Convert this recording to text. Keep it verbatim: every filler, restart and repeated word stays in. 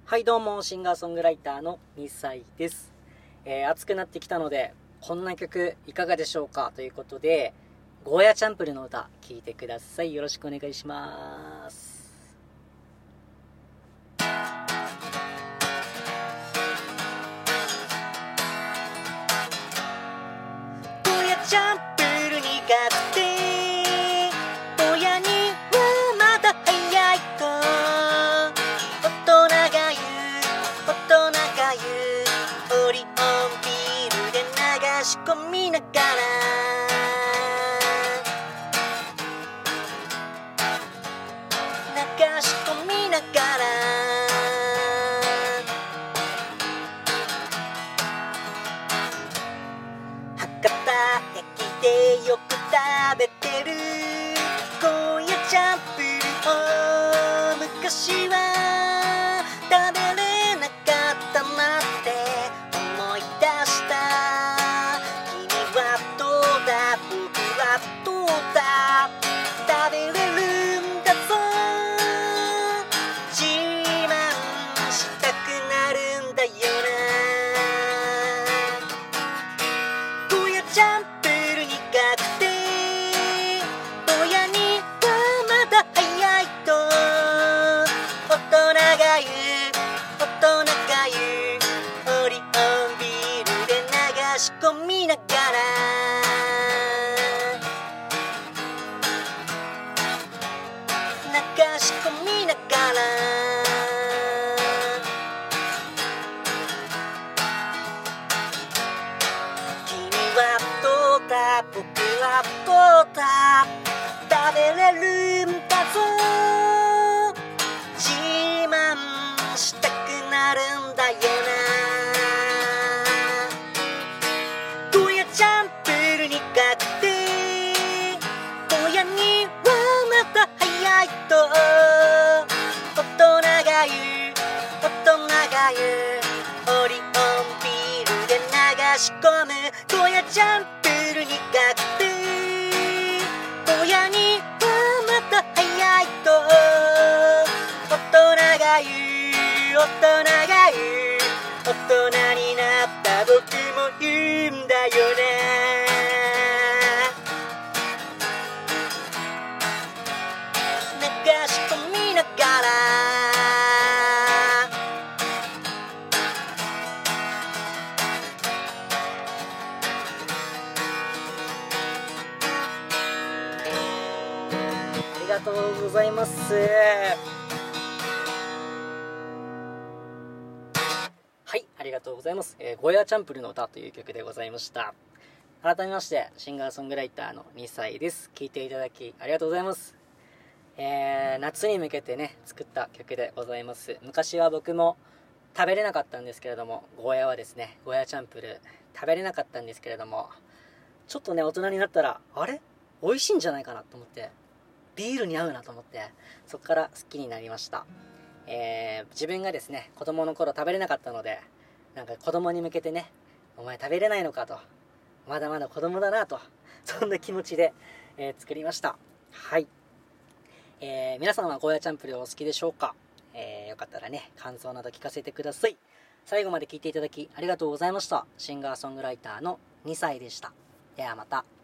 はいどうも、シンガーソングライターのにさいです。えー、暑くなってきたので、こんな曲いかがでしょうかということで、ゴーヤチャンプルの歌聴いてください。よろしくお願いします。ゴーヤチャンプル苦手、親にはまだ早いと大人が言う、大人が言う、オリオンビールで流し込みながら流し込みながら博多駅でよく食べてるゴーヤチャンプルを昔は食べれなかったなって思い出した。君はどうだ、僕はどうだ、食べれるんだぞ、自慢したくなるんだよな。ゴーヤチャンプル苦手、親にはまだ早いと大人が言う、大人が言う、オリオンビールで流し込みながら流し込みながら君はどうだ、僕はどうだ、食べれるんだぞ、自慢したくなるんだよな。ゴーヤチャンプル苦手、親にはまだ早いと大人が言う、大人が言う、オリオンビールで流し込むゴーヤチャンプル苦手、親にはまだ早いと大人が言う、大人が言う、大人になった僕も言うんだよね。流し込みながらありがとうございます。はい、ありがとうございます。えー、ゴーヤチャンプルの歌という曲でございました。改めまして、シンガーソングライターのにさいです。聴いていただきありがとうございます。えー、夏に向けてね、作った曲でございます。昔は僕も食べれなかったんですけれども、ゴーヤはですね、ゴーヤチャンプル食べれなかったんですけれども、ちょっとね、大人になったら、あれ美味しいんじゃないかなと思って、ビールに合うなと思って、そこから好きになりました。えー、自分がですね、子供の頃食べれなかったので、なんか子供に向けてね、お前食べれないのかと、まだまだ子供だなと、そんな気持ちで、えー、作りました。はい、えー、皆さんはゴーヤチャンプルお好きでしょうか。えー、よかったらね、感想など聞かせてください。最後まで聞いていただきありがとうございました。シンガーソングライターのにさいでした。ではまた。